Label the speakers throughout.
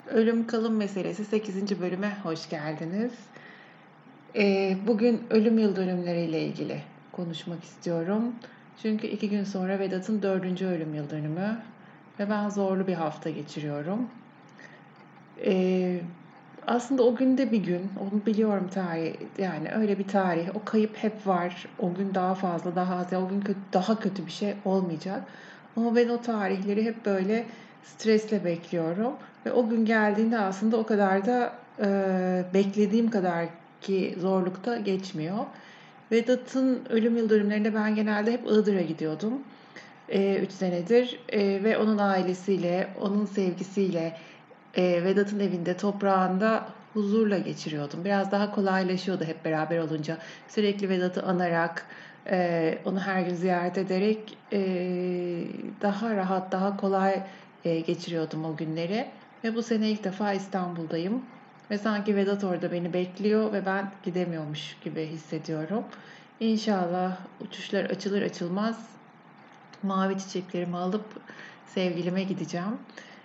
Speaker 1: Ölüm Kalım Meselesi 8. bölüme hoş geldiniz. Bugün ölüm yıl dönümleriyle ilgili konuşmak istiyorum. Çünkü 2 gün sonra Vedat'ın 4. ölüm yıl dönümü ve ben zorlu bir hafta geçiriyorum. Aslında o gün de bir gün, onu biliyorum tarih, yani öyle bir tarih. O kayıp hep var. O gün daha fazla, daha az, o gün daha kötü bir şey olmayacak. Ama ben o tarihleri hep böyle stresle bekliyorum. Ve o gün geldiğinde aslında o kadar da beklediğim kadar ki zorlukta geçmiyor. Vedat'ın ölüm yıl dönümlerinde ben genelde hep Iğdır'a gidiyordum. 3 senedir ve onun ailesiyle, onun sevgisiyle Vedat'ın evinde, toprağında huzurla geçiriyordum. Biraz daha kolaylaşıyordu hep beraber olunca. Sürekli Vedat'ı anarak, onu her gün ziyaret ederek daha rahat, daha kolay geçiriyordum o günleri. Ve bu sene ilk defa İstanbul'dayım. Ve sanki Vedat orada beni bekliyor ve ben gidemiyormuş gibi hissediyorum. İnşallah uçuşlar açılır açılmaz mavi çiçeklerimi alıp sevgilime gideceğim.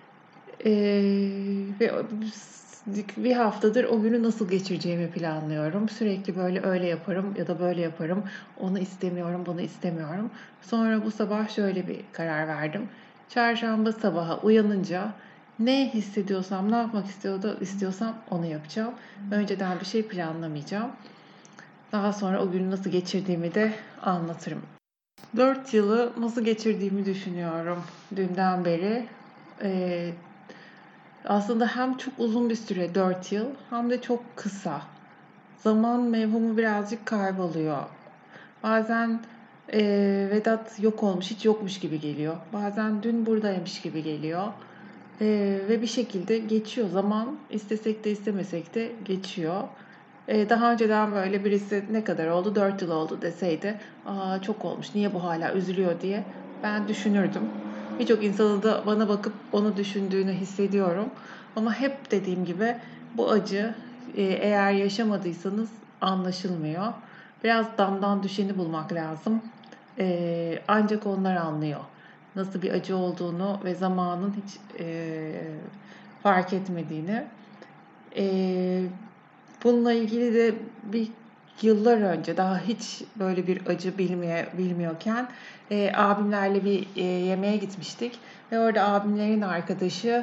Speaker 1: Ve bir haftadır o günü nasıl geçireceğimi planlıyorum. Sürekli böyle öyle yaparım ya da böyle yaparım. Onu istemiyorum, bunu istemiyorum. Sonra bu sabah şöyle bir karar verdim. Çarşamba sabaha uyanınca ne hissediyorsam, ne yapmak istiyorsam onu yapacağım. Önceden bir şey planlamayacağım. Daha sonra o günü nasıl geçirdiğimi de anlatırım. 4 yılı nasıl geçirdiğimi düşünüyorum dünden beri. Ee, Aslında hem çok uzun bir süre 4 yıl hem de çok kısa. Zaman mevhumu birazcık kayboluyor. Bazen Vedat yok olmuş, hiç yokmuş gibi geliyor. Bazen dün buradaymış gibi geliyor. Ve bir şekilde geçiyor. Zaman istesek de istemesek de geçiyor. Daha önceden böyle birisi ne kadar oldu? 4 yıl oldu deseydi, aa çok olmuş, niye bu hala üzülüyor diye ben düşünürdüm. Birçok insanın da bana bakıp onu düşündüğünü hissediyorum. Ama hep dediğim gibi bu acı eğer yaşamadıysanız anlaşılmıyor. Biraz damdan düşeni bulmak lazım. Ancak onlar anlıyor nasıl bir acı olduğunu ve zamanın hiç fark etmediğini. Ee, Bununla ilgili de bir yıllar önce daha hiç böyle bir acı bilmiyorken abimlerle bir yemeğe gitmiştik ve orada abimlerin arkadaşı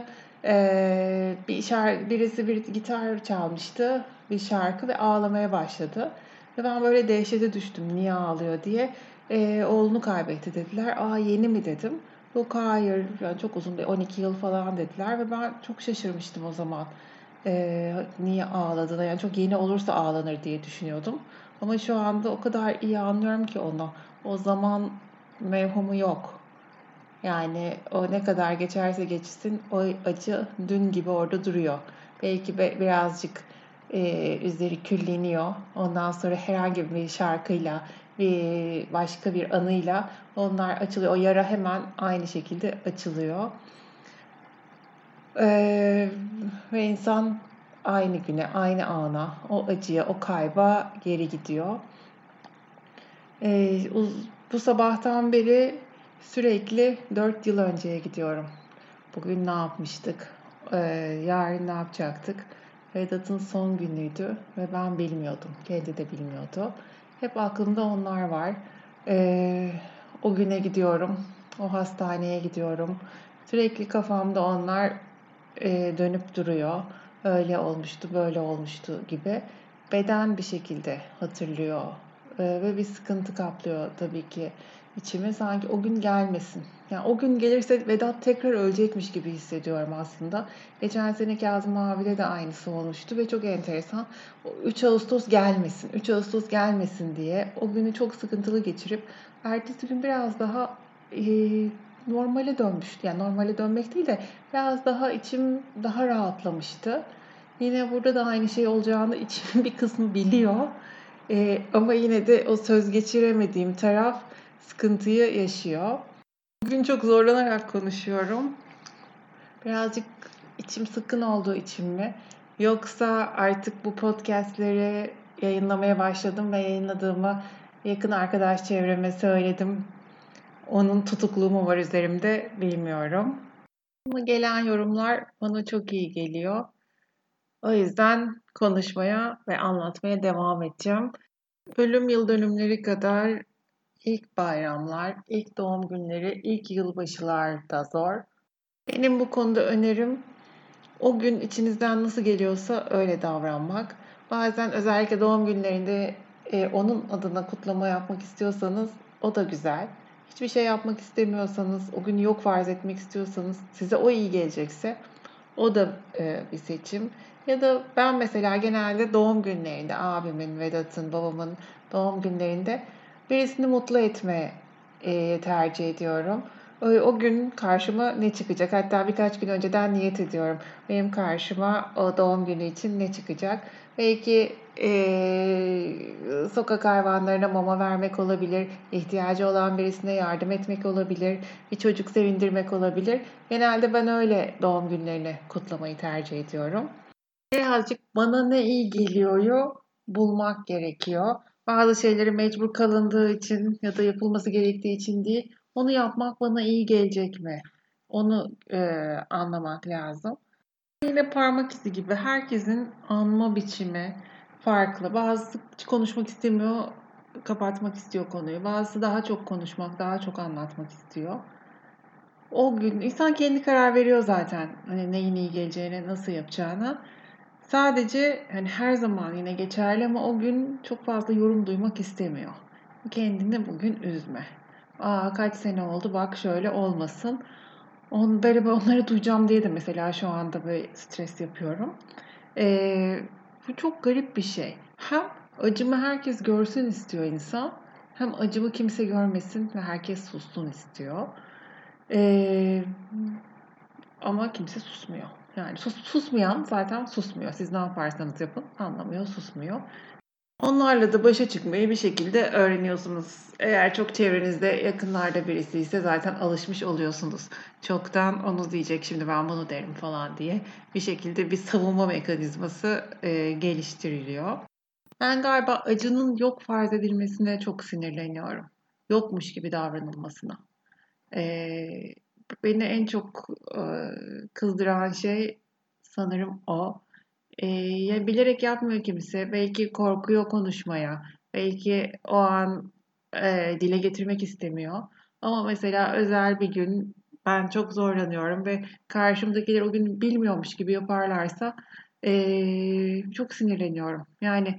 Speaker 1: birisi bir gitar çalmıştı, bir şarkı, ve ağlamaya başladı ve ben böyle dehşete düştüm niye ağlıyor diye. Oğlunu kaybetti dediler. Aa, yeni mi dedim. Yok, hayır, yani çok uzun, 12 yıl falan dediler ve ben çok şaşırmıştım o zaman. Niye ağladığına, yani çok yeni olursa ağlanır diye düşünüyordum. Ama şu anda o kadar iyi anlıyorum ki onu. O zaman mevhumu yok. Yani o ne kadar geçerse geçsin o acı dün gibi orada duruyor. Belki birazcık üzeri külleniyor. Ondan sonra herhangi bir şarkıyla, bir başka bir anıyla onlar açılıyor. O yara hemen aynı şekilde açılıyor. Ee, Ve insan aynı güne, aynı ana, o acıya, o kayba geri gidiyor. Ee, Bu sabahtan beri sürekli 4 yıl önceye gidiyorum. Bugün ne yapmıştık? Ee, Yarın ne yapacaktık? Vedat'ın son günüydü ve ben bilmiyordum. Kendi de bilmiyordu. Hep aklımda onlar var. Ee, O güne gidiyorum. O hastaneye gidiyorum. Sürekli kafamda onlar dönüp duruyor. Öyle olmuştu, böyle olmuştu gibi. Beden bir şekilde hatırlıyor. Ve bir sıkıntı kaplıyor tabii ki içime. Sanki o gün gelmesin. Yani o gün gelirse Vedat tekrar ölecekmiş gibi hissediyorum aslında. Geçen sene Kazım abiyle de aynısı olmuştu ve çok enteresan. 3 Ağustos gelmesin, 3 Ağustos gelmesin diye o günü çok sıkıntılı geçirip ertesi gün biraz daha normale dönmüştü. Yani normale dönmek değil de biraz daha içim daha rahatlamıştı. Yine burada da aynı şey olacağını içimin bir kısmı biliyor. Ama yine de o söz geçiremediğim taraf sıkıntıyı yaşıyor. Bugün çok zorlanarak konuşuyorum. Birazcık içim sıkkın olduğu için mi? Yoksa artık bu podcastleri yayınlamaya başladım ve yayınladığımı yakın arkadaş çevreme söyledim. Onun tutukluğu mu var üzerimde bilmiyorum. Ama gelen yorumlar bana çok iyi geliyor. O yüzden konuşmaya ve anlatmaya devam edeceğim. Ölüm yıl dönümleri kadar ilk bayramlar, ilk doğum günleri, ilk yılbaşılar da zor. Benim bu konuda önerim o gün içinizden nasıl geliyorsa öyle davranmak. Bazen özellikle doğum günlerinde onun adına kutlama yapmak istiyorsanız o da güzel. Hiçbir şey yapmak istemiyorsanız, o günü yok farz etmek istiyorsanız, size o iyi gelecekse o da bir seçim. Ya da ben mesela genelde doğum günlerinde, abimin, Vedat'ın, babamın doğum günlerinde birisini mutlu etmeye tercih ediyorum. O gün karşıma ne çıkacak? Hatta birkaç gün önceden niyet ediyorum. Benim karşıma o doğum günü için ne çıkacak? Belki sokak hayvanlarına mama vermek olabilir, ihtiyacı olan birisine yardım etmek olabilir, bir çocuk sevindirmek olabilir. Genelde ben öyle doğum günlerini kutlamayı tercih ediyorum. Birazcık bana ne iyi geliyor'yu bulmak gerekiyor. Bazı şeyleri mecbur kalındığı için ya da yapılması gerektiği için değil, onu yapmak bana iyi gelecek mi? Onu anlamak lazım. Yine parmak izi gibi herkesin anma biçimi farklı. Bazısı hiç konuşmak istemiyor, kapatmak istiyor konuyu. Bazısı daha çok konuşmak, daha çok anlatmak istiyor. O gün insan kendi karar veriyor zaten. Hani neyin iyi geleceğine, nasıl yapacağına. Sadece hani her zaman yine geçerli ama o gün çok fazla yorum duymak istemiyor. Kendini bugün üzme. Aa kaç sene oldu bak şöyle olmasın. Böyle onları duyacağım diye de mesela şu anda böyle stres yapıyorum. Ee, Bu çok garip bir şey. Hem acımı herkes görsün istiyor insan. Hem acımı kimse görmesin ve herkes sussun istiyor. Ee, Ama kimse susmuyor. Yani susmayan zaten susmuyor. Siz ne yaparsanız yapın anlamıyor, susmuyor. Onlarla da başa çıkmayı bir şekilde öğreniyorsunuz. Eğer çok çevrenizde yakınlarda birisi ise zaten alışmış oluyorsunuz. Çoktan onu diyecek şimdi ben bunu derim falan diye bir şekilde bir savunma mekanizması geliştiriliyor. Ben galiba acının yok farz edilmesine çok sinirleniyorum. Yokmuş gibi davranılmasına. Eee, Beni en çok kızdıran şey sanırım o. Ya bilerek yapmıyor kimse. Belki korkuyor konuşmaya. Belki o an dile getirmek istemiyor. Ama mesela özel bir gün ben çok zorlanıyorum ve karşımdakiler o gün bilmiyormuş gibi yaparlarsa çok sinirleniyorum. Yani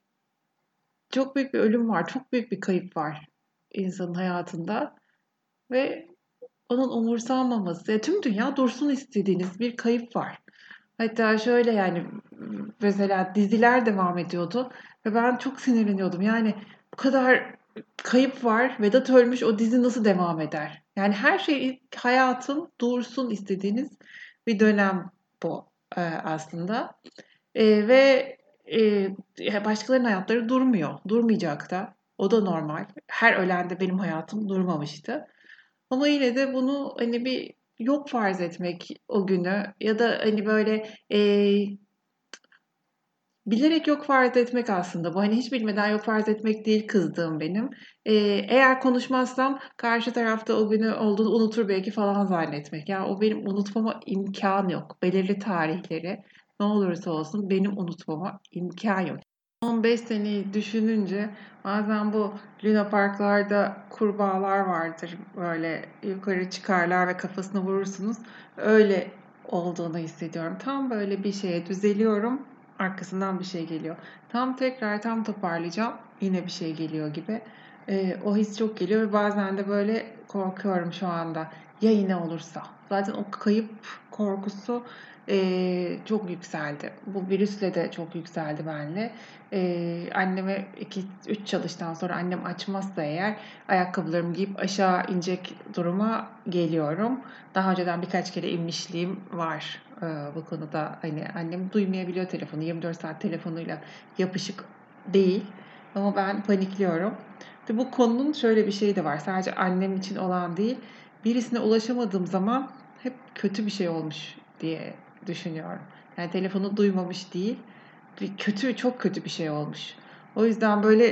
Speaker 1: çok büyük bir ölüm var, çok büyük bir kayıp var insanın hayatında ve onun umursanmaması, ya tüm dünya dursun istediğiniz bir kayıp var. Hatta şöyle yani mesela diziler devam ediyordu ve ben çok sinirleniyordum. Yani bu kadar kayıp var, Vedat ölmüş, o dizi nasıl devam eder? Yani her şey hayatın dursun istediğiniz bir dönem bu aslında. Ve başkalarının hayatları durmuyor. Durmayacak da. O da normal. Her ölen de benim hayatım durmamıştı. Ama yine de bunu hani bir yok farz etmek o günü ya da hani böyle bilerek yok farz etmek aslında bu. Hani hiç bilmeden yok farz etmek değil kızdığım benim. Eğer konuşmazsam karşı tarafta o günü olduğunu unutur belki falan zannetmek. Yani o benim unutmama imkan yok. Belirli tarihleri ne olursa olsun benim unutmama imkan yok. 15 seneyi düşününce bazen bu Luna Parklarda kurbağalar vardır. Böyle yukarı çıkarlar ve kafasına vurursunuz. Öyle olduğunu hissediyorum. Tam böyle bir şeye düzeliyorum. Arkasından bir şey geliyor. Tam toparlayacağım. Yine bir şey geliyor gibi. O his çok geliyor ve bazen de böyle korkuyorum şu anda. Ya yine olursa? Zaten o kayıp korkusu çok yükseldi. Bu virüsle de çok yükseldi benimle. Anneme 2-3 çalıştan sonra annem açmazsa eğer ayakkabılarımı giyip aşağı inecek duruma geliyorum. Daha önceden birkaç kere inmişliğim var bu konuda. Hani annem duymayabiliyor telefonu. 24 saat telefonuyla yapışık değil. Ama ben panikliyorum. İşte bu konunun şöyle bir şeyi de var. Sadece annem için olan değil. Birisine ulaşamadığım zaman hep kötü bir şey olmuş diye düşünüyorum. Yani telefonu duymamış değil. Çok kötü bir şey olmuş. O yüzden böyle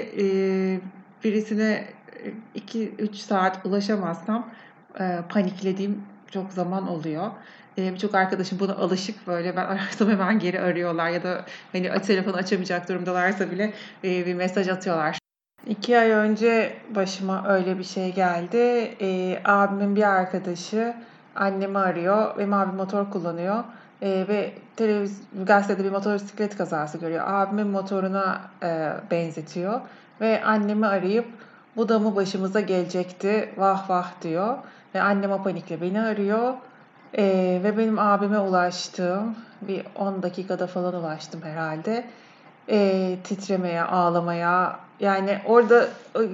Speaker 1: birisine 2-3 saat ulaşamazsam paniklediğim çok zaman oluyor. Birçok arkadaşım buna alışık, böyle ben ararsam hemen geri arıyorlar ya da hani telefonu açamayacak durumdalarsa bile bir mesaj atıyorlar. 2 ay önce başıma öyle bir şey geldi. Abimin bir arkadaşı annemi arıyor. Benim abim motor kullanıyor. Ve gazetede bir motosiklet kazası görüyor. Abimin motoruna benzetiyor. Ve annemi arayıp bu da mı başımıza gelecekti vah vah diyor. Ve annem o panikle beni arıyor. Ve benim abime ulaştım. Bir 10 dakikada falan ulaştım herhalde. Titremeye, ağlamaya, yani orada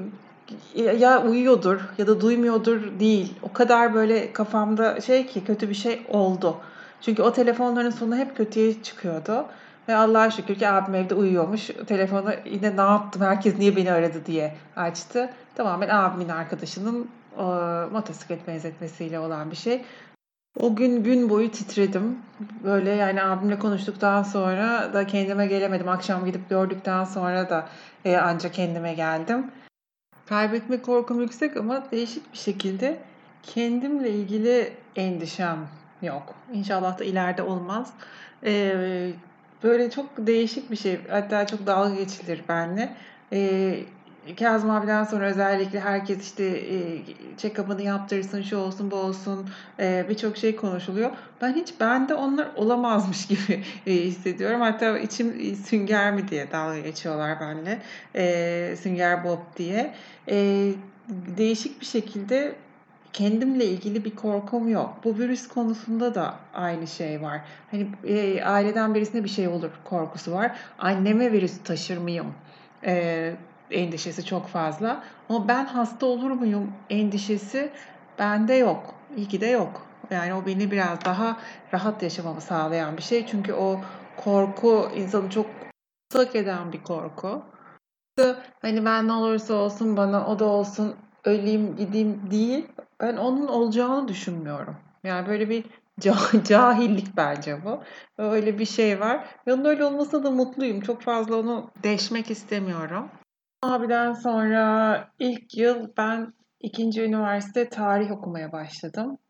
Speaker 1: ya uyuyordur ya da duymuyordur değil. O kadar böyle kafamda şey ki kötü bir şey oldu. Çünkü o telefonların sonu hep kötüye çıkıyordu. Ve Allah'a şükür ki abim evde uyuyormuş. Telefonu yine ne yaptım, herkes niye beni aradı diye açtı. Tamamen abimin arkadaşının motosiklet benzetmesiyle olan bir şey. O gün gün boyu titredim. Böyle yani abimle konuştuktan sonra da kendime gelemedim. Akşam gidip gördükten sonra da ancak kendime geldim. Kaybetme korkum yüksek ama değişik bir şekilde kendimle ilgili endişem yok. İnşallah da ileride olmaz. Ee, Böyle çok değişik bir şey. Hatta çok dalga geçilir benimle. Ee, Kazım abiden sonra özellikle herkes işte check-up'ını yaptırsın, şu olsun, bu olsun, birçok şey konuşuluyor. Ben hiç bende onlar olamazmış gibi hissediyorum. Hatta içim sünger mi diye dalga geçiyorlar benimle. Sünger Bob diye. Eee, Değişik bir şekilde kendimle ilgili bir korkum yok. Bu virüs konusunda da aynı şey var. Hani aileden birisine bir şey olur korkusu var. Anneme virüs taşır mıyım? Eee, Endişesi çok fazla. Ama ben hasta olur muyum endişesi bende yok. İyi ki de yok. Yani o beni biraz daha rahat yaşamamı sağlayan bir şey. Çünkü o korku insanı çok ıslak eden bir korku. Hani ben ne olursa olsun bana o da olsun, öleyim gideyim değil. Ben onun olacağını düşünmüyorum. Yani böyle bir cahillik bence bu. Öyle bir şey var. Ve onun öyle olmasına da mutluyum. Çok fazla onu deşmek istemiyorum. Abiden sonra ilk yıl ben ikinci üniversite tarih okumaya başladım.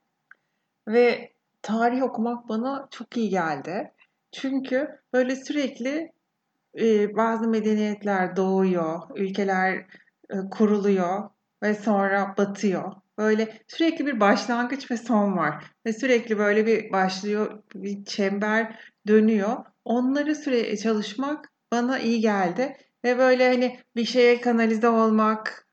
Speaker 1: Ve tarih okumak bana çok iyi geldi. Çünkü böyle sürekli bazı medeniyetler doğuyor, ülkeler kuruluyor ve sonra batıyor. Böyle sürekli bir başlangıç ve son var. Ve sürekli böyle bir başlıyor, bir çember dönüyor. Onları çalışmak bana iyi geldi. Ve böyle hani bir şeye kanalize olmak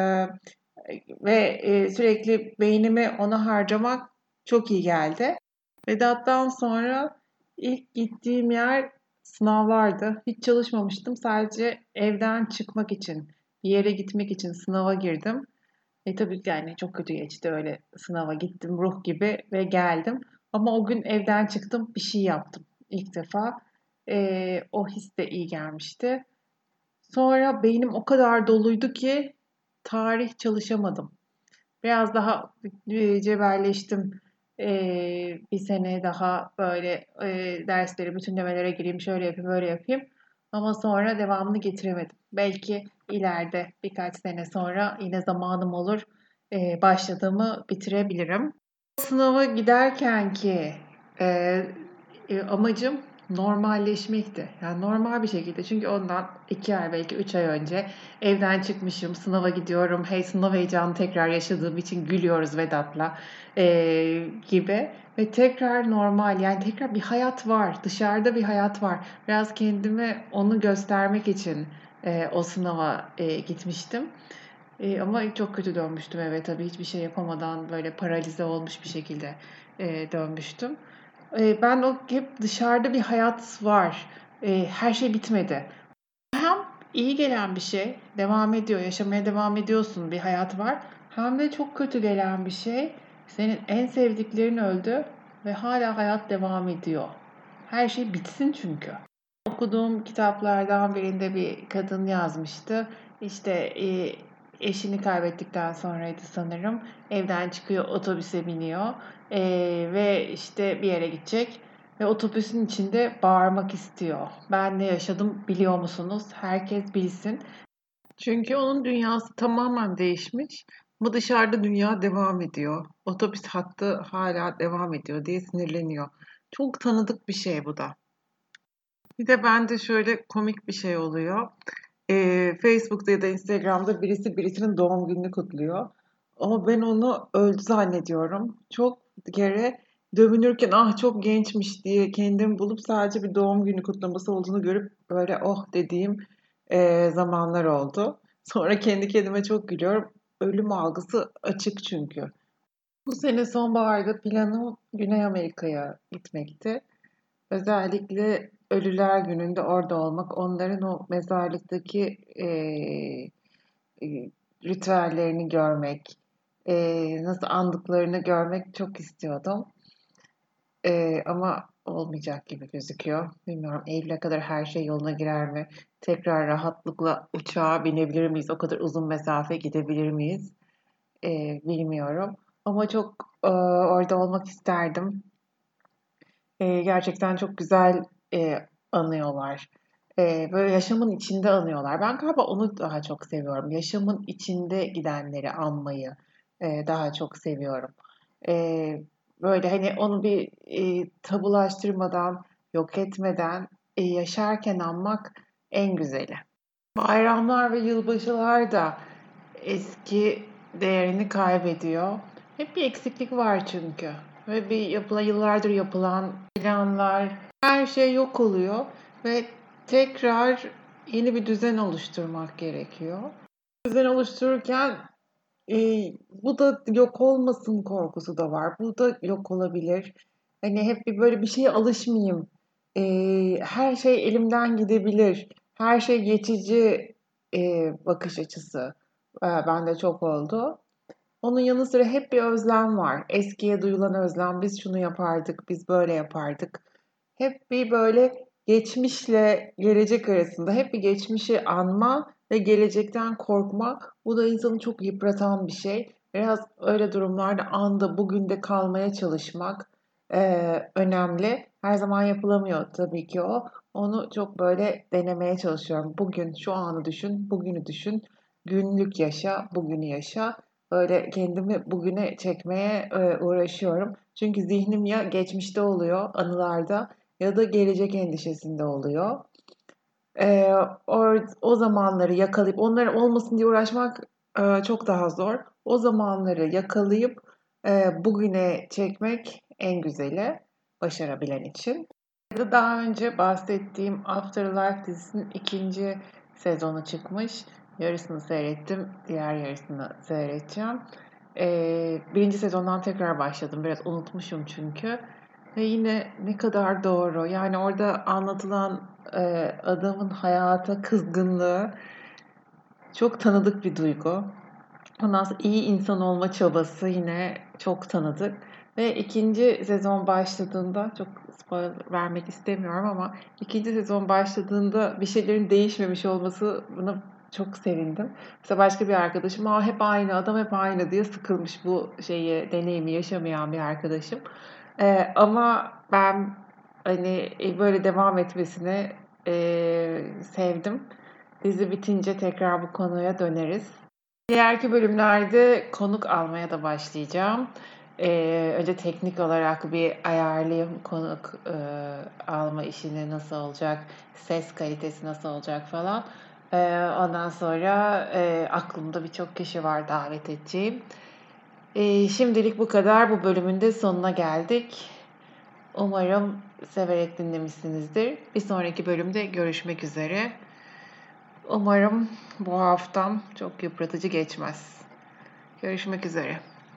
Speaker 1: ve sürekli beynimi ona harcamak çok iyi geldi. Vedat'tan sonra ilk gittiğim yer sınavlardı. Hiç çalışmamıştım. Sadece evden çıkmak için, bir yere gitmek için sınava girdim. Tabii yani çok kötü geçti, öyle sınava gittim ruh gibi ve geldim. Ama o gün evden çıktım, bir şey yaptım ilk defa. O his de iyi gelmişti. Sonra beynim o kadar doluydu ki tarih çalışamadım. Biraz daha cebelleştim. Bir sene daha böyle dersleri, bütünlemelere gireyim, şöyle yapayım, böyle yapayım. Ama sonra devamını getiremedim. Belki ileride birkaç sene sonra yine zamanım olur, başladığımı bitirebilirim. Sınava giderken ki e, amacım normalleşmekti. Yani normal bir şekilde. Çünkü ondan 2 ay belki 3 ay önce evden çıkmışım, sınava gidiyorum. Hey, sınav heyecanı tekrar yaşadığım için gülüyoruz Vedat'la gibi. Ve tekrar normal, yani tekrar bir hayat var. Dışarıda bir hayat var. Biraz kendime onu göstermek için o sınava gitmiştim. Ama çok kötü dönmüştüm eve tabii. Hiçbir şey yapamadan böyle paralize olmuş bir şekilde dönmüştüm. Ben o hep dışarıda bir hayat var. Her şey bitmedi. Hem iyi gelen bir şey, devam ediyor, yaşamaya devam ediyorsun, bir hayat var. Hem de çok kötü gelen bir şey, senin en sevdiklerin öldü ve hala hayat devam ediyor. Her şey bitsin çünkü. Okuduğum kitaplardan birinde bir kadın yazmıştı. İşte eşini kaybettikten sonraydı sanırım. Evden çıkıyor, otobüse biniyor. Ve işte bir yere gidecek. Ve otobüsün içinde bağırmak istiyor. Ben ne yaşadım biliyor musunuz? Herkes bilsin. Çünkü onun dünyası tamamen değişmiş. Ama dışarıda dünya devam ediyor. Otobüs hattı hala devam ediyor diye sinirleniyor. Çok tanıdık bir şey bu da. Bir de bende şöyle komik bir şey oluyor. Facebook'ta ya da Instagram'da birisi birisinin doğum gününü kutluyor. Ama ben onu öldü zannediyorum. Çok kere dövünürken ah çok gençmiş diye kendimi bulup sadece bir doğum günü kutlaması olduğunu görüp böyle oh dediğim zamanlar oldu. Sonra kendi kendime çok gülüyorum. Ölüm algısı açık çünkü. Bu sene sonbaharda planım Güney Amerika'ya gitmekti. Özellikle Ölüler Günü'nde orada olmak, onların o mezarlıktaki ritüellerini görmek, nasıl andıklarını görmek çok istiyordum. Ama olmayacak gibi gözüküyor. Bilmiyorum Eylül'e kadar her şey yoluna girer mi? Tekrar rahatlıkla uçağa binebilir miyiz? O kadar uzun mesafe gidebilir miyiz? Bilmiyorum. Ama çok orada olmak isterdim. Gerçekten çok güzel, anıyorlar. Böyle yaşamın içinde anıyorlar. Ben galiba onu daha çok seviyorum. Yaşamın içinde gidenleri anmayı, daha çok seviyorum. Böyle, hani, onu bir, tabulaştırmadan, yok etmeden, yaşarken anmak en güzeli. Bayramlar ve yılbaşılar da eski değerini kaybediyor. Hep bir eksiklik var çünkü. Ve bir yıllardır yapılan planlar, her şey yok oluyor ve tekrar yeni bir düzen oluşturmak gerekiyor. Düzen oluştururken bu da yok olmasın korkusu da var. Bu da yok olabilir. Hani hep bir böyle bir şeye alışmayayım. Her şey elimden gidebilir. Her şey geçici bakış açısı bende çok oldu. Onun yanı sıra hep bir özlem var. Eskiye duyulan özlem. Biz şunu yapardık, biz böyle yapardık. Hep bir böyle geçmişle gelecek arasında hep bir geçmişi anma ve gelecekten korkma. Bu da insanı çok yıpratan bir şey. Biraz öyle durumlarda anda bugün de kalmaya çalışmak önemli. Her zaman yapılamıyor tabii ki o. Onu çok böyle denemeye çalışıyorum. Bugün şu anı düşün, bugünü düşün. Günlük yaşa, bugünü yaşa. Böyle kendimi bugüne çekmeye uğraşıyorum. Çünkü zihnim ya geçmişte oluyor, anılarda ya da gelecek endişesinde oluyor. Ee, o zamanları yakalayıp onların olmasın diye uğraşmak çok daha zor. O zamanları yakalayıp bugüne çekmek en güzeli başarabilen için. Daha önce bahsettiğim Afterlife dizisinin ikinci sezonu çıkmış. Yarısını seyrettim, diğer yarısını seyredeceğim. Birinci sezondan tekrar başladım. Biraz unutmuşum çünkü. Ve yine ne kadar doğru. Yani orada anlatılan adamın hayata kızgınlığı çok tanıdık bir duygu. Ondan sonra iyi insan olma çabası yine çok tanıdık. Ve ikinci sezon başladığında, çok spoiler vermek istemiyorum ama ikinci sezon başladığında bir şeylerin değişmemiş olması buna çok sevindim. Mesela başka bir arkadaşım, aa hep aynı adam hep aynı diye sıkılmış bu şeyi, deneyimi yaşamayan bir arkadaşım. Ama ben hani böyle devam etmesini sevdim. Dizi bitince tekrar bu konuya döneriz. İleriki bölümlerde konuk almaya da başlayacağım. Önce teknik olarak bir ayarlayayım konuk alma işini nasıl olacak, ses kalitesi nasıl olacak falan. Ondan sonra aklımda birçok kişi var davet edeceğim. Şimdilik bu kadar. Bu bölümün de sonuna geldik. Umarım severek dinlemişsinizdir. Bir sonraki bölümde görüşmek üzere. Umarım bu haftam çok yıpratıcı geçmez. Görüşmek üzere.